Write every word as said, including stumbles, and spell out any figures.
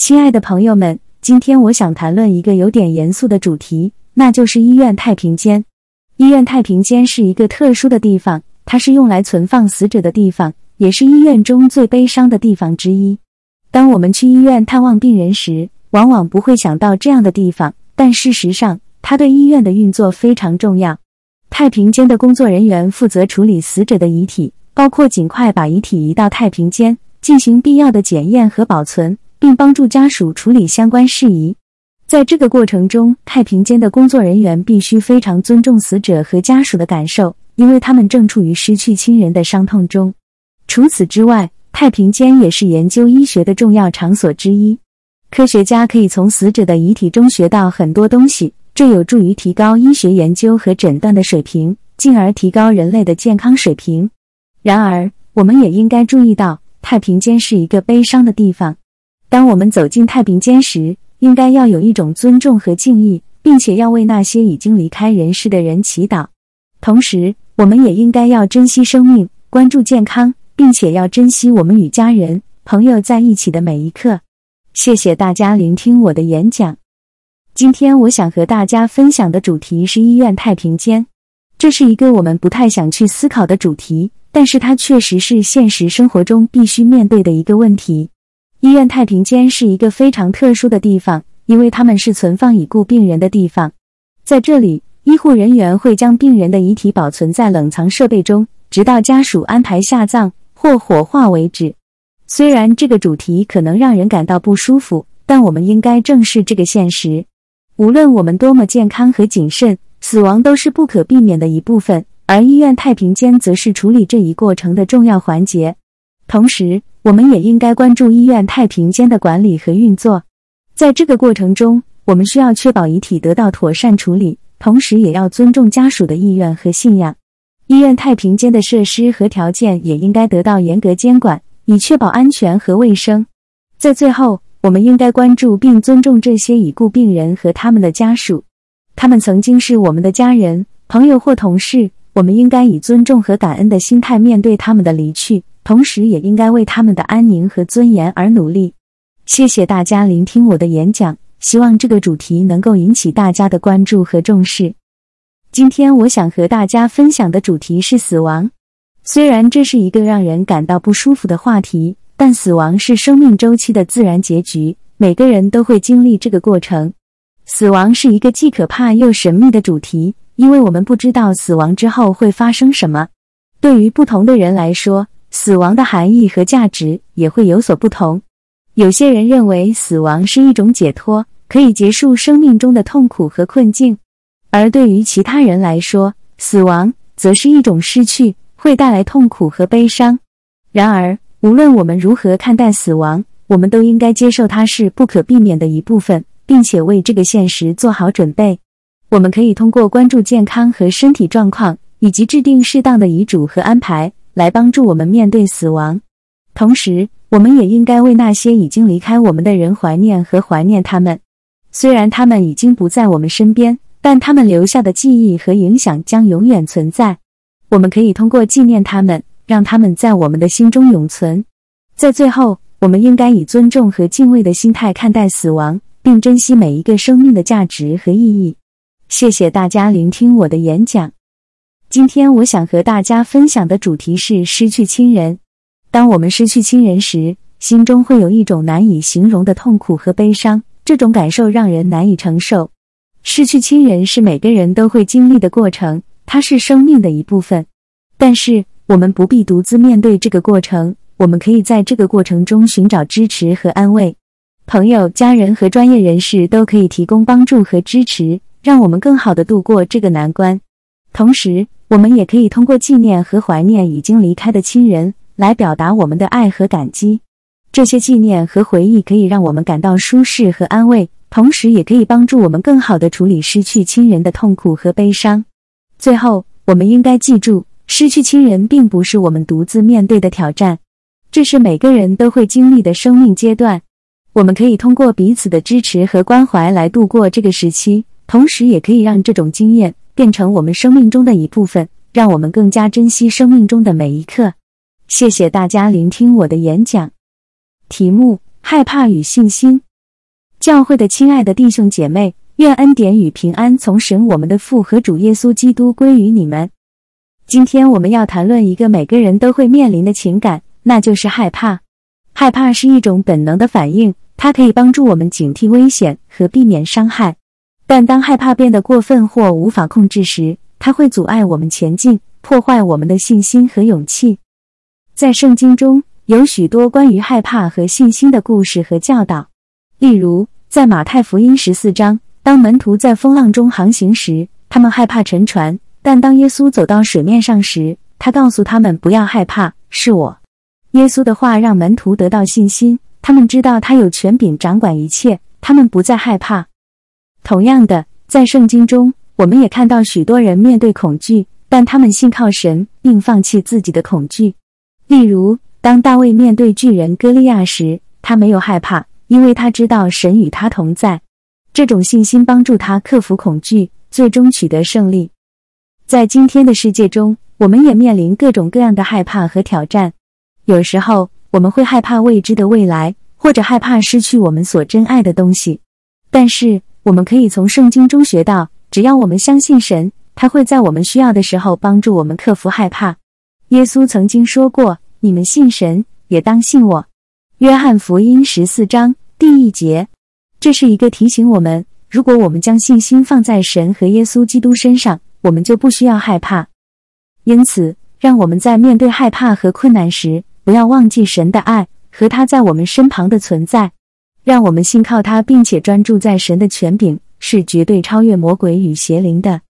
亲爱的朋友们，今天我想谈论一个有点严肃的主题，那就是医院太平间。医院太平间是一个特殊的地方，它是用来存放死者的地方，也是医院中最悲伤的地方之一。当我们去医院探望病人时，往往不会想到这样的地方，但事实上，它对医院的运作非常重要。太平间的工作人员负责处理死者的遗体，包括尽快把遗体移到太平间，进行必要的检验和保存，并帮助家属处理相关事宜。在这个过程中，太平间的工作人员必须非常尊重死者和家属的感受，因为他们正处于失去亲人的伤痛中。除此之外，太平间也是研究医学的重要场所之一。科学家可以从死者的遗体中学到很多东西，这有助于提高医学研究和诊断的水平，进而提高人类的健康水平。然而，我们也应该注意到，太平间是一个悲伤的地方。当我们走进太平间时，应该要有一种尊重和敬意，并且要为那些已经离开人世的人祈祷。同时，我们也应该要珍惜生命，关注健康，并且要珍惜我们与家人、朋友在一起的每一刻。谢谢大家聆听我的演讲。今天我想和大家分享的主题是医院太平间。这是一个我们不太想去思考的主题，但是它确实是现实生活中必须面对的一个问题。医院太平间是一个非常特殊的地方，因为它们是存放已故病人的地方。在这里，医护人员会将病人的遗体保存在冷藏设备中，直到家属安排下葬或火化为止。虽然这个主题可能让人感到不舒服，但我们应该正视这个现实。无论我们多么健康和谨慎，死亡都是不可避免的一部分，而医院太平间则是处理这一过程的重要环节。同时，我们也应该关注医院太平间的管理和运作。在这个过程中，我们需要确保遗体得到妥善处理，同时也要尊重家属的意愿和信仰。医院太平间的设施和条件也应该得到严格监管，以确保安全和卫生。在最后，我们应该关注并尊重这些已故病人和他们的家属。他们曾经是我们的家人、朋友或同事，我们应该以尊重和感恩的心态面对他们的离去，同时也应该为他们的安宁和尊严而努力。谢谢大家聆听我的演讲，希望这个主题能够引起大家的关注和重视。今天我想和大家分享的主题是死亡。虽然这是一个让人感到不舒服的话题，但死亡是生命周期的自然结局，每个人都会经历这个过程。死亡是一个既可怕又神秘的主题，因为我们不知道死亡之后会发生什么。对于不同的人来说，死亡的含义和价值也会有所不同。有些人认为死亡是一种解脱，可以结束生命中的痛苦和困境，而对于其他人来说，死亡则是一种失去，会带来痛苦和悲伤。然而，无论我们如何看待死亡，我们都应该接受它是不可避免的一部分，并且为这个现实做好准备。我们可以通过关注健康和身体状况，以及制定适当的遗嘱和安排，来帮助我们面对死亡。同时，我们也应该为那些已经离开我们的人怀念和怀念他们。虽然他们已经不在我们身边，但他们留下的记忆和影响将永远存在。我们可以通过纪念他们，让他们在我们的心中永存。在最后，我们应该以尊重和敬畏的心态看待死亡，并珍惜每一个生命的价值和意义。谢谢大家聆听我的演讲。今天我想和大家分享的主题是失去亲人。当我们失去亲人时，心中会有一种难以形容的痛苦和悲伤，这种感受让人难以承受。失去亲人是每个人都会经历的过程，它是生命的一部分。但是，我们不必独自面对这个过程，我们可以在这个过程中寻找支持和安慰。朋友、家人和专业人士都可以提供帮助和支持，让我们更好地度过这个难关。同时，我们也可以通过纪念和怀念已经离开的亲人，来表达我们的爱和感激。这些纪念和回忆可以让我们感到舒适和安慰，同时也可以帮助我们更好地处理失去亲人的痛苦和悲伤。最后，我们应该记住，失去亲人并不是我们独自面对的挑战，这是每个人都会经历的生命阶段。我们可以通过彼此的支持和关怀来度过这个时期，同时也可以让这种经验变成我们生命中的一部分，让我们更加珍惜生命中的每一刻。谢谢大家聆听我的演讲。题目：害怕与信心。 教会的亲爱的弟兄姐妹，愿恩典与平安从神我们的父和主耶稣基督归于你们。今天我们要谈论一个每个人都会面临的情感，那就是害怕。害怕是一种本能的反应，它可以帮助我们警惕危险和避免伤害。但当害怕变得过分或无法控制时，它会阻碍我们前进，破坏我们的信心和勇气。在圣经中，有许多关于害怕和信心的故事和教导。例如，在马太福音十四章，当门徒在风浪中航行时，他们害怕沉船，但当耶稣走到水面上时，他告诉他们不要害怕，是我。耶稣的话让门徒得到信心，他们知道他有权柄掌管一切，他们不再害怕。同样的，在圣经中，我们也看到许多人面对恐惧，但他们信靠神，并放弃自己的恐惧。例如，当大卫面对巨人歌利亚时，他没有害怕，因为他知道神与他同在。这种信心帮助他克服恐惧，最终取得胜利。在今天的世界中，我们也面临各种各样的害怕和挑战。有时候，我们会害怕未知的未来，或者害怕失去我们所珍爱的东西。但是，我们可以从圣经中学到，只要我们相信神，他会在我们需要的时候帮助我们克服害怕。耶稣曾经说过，你们信神，也当信我。约翰福音十四章第一节。这是一个提醒我们，如果我们将信心放在神和耶稣基督身上，我们就不需要害怕。因此，让我们在面对害怕和困难时，不要忘记神的爱和他在我们身旁的存在。让我们信靠他，并且专注在神的权柄，是绝对超越魔鬼与邪灵的。